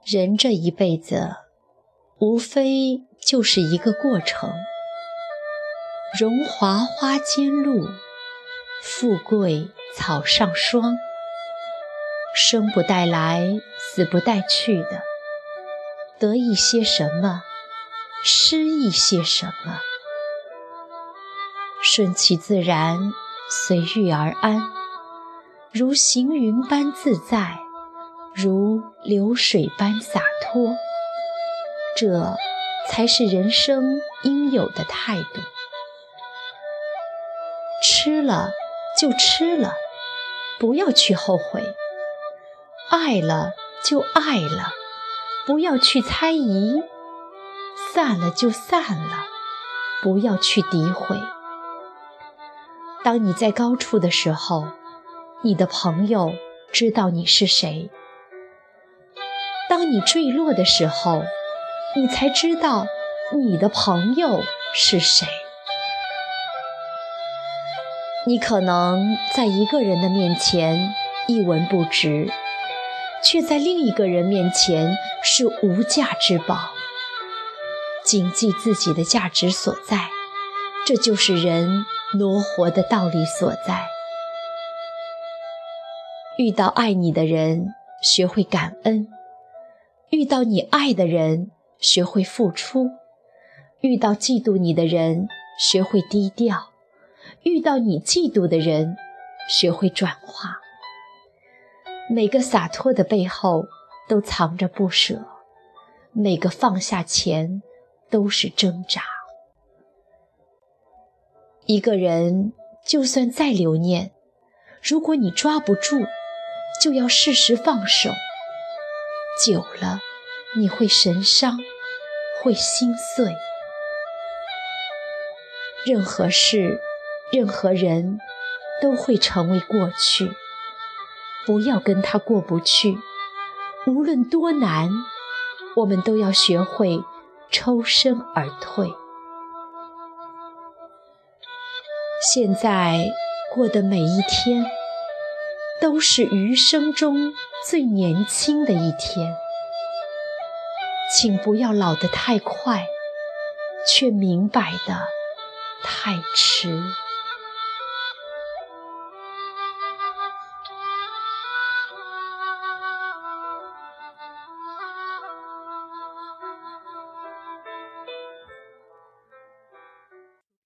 人这一辈子，无非就是一个过程，荣华花间露，富贵草上霜，生不带来，死不带去的，得一些什么，失一些什么，顺其自然，随遇而安，如行云般自在，如流水般洒脱，这才是人生应有的态度。吃了就吃了，不要去后悔；爱了就爱了，不要去猜疑；散了就散了，不要去诋毁。当你在高处的时候，你的朋友知道你是谁；当你坠落的时候，你才知道你的朋友是谁。你可能在一个人的面前一文不值，却在另一个人面前是无价之宝。谨记自己的价值所在，这就是人挪活的道理所在。遇到爱你的人，学会感恩；遇到你爱的人，学会付出；遇到嫉妒你的人，学会低调；遇到你嫉妒的人，学会转化。每个洒脱的背后都藏着不舍，每个放下前都是挣扎。一个人就算再留念，如果你抓不住，就要适时放手。久了，你会神伤，会心碎。任何事，任何人都会成为过去，不要跟他过不去。无论多难，我们都要学会抽身而退。现在过的每一天，都是余生中最年轻的一天。请不要老得太快，却明白得太迟。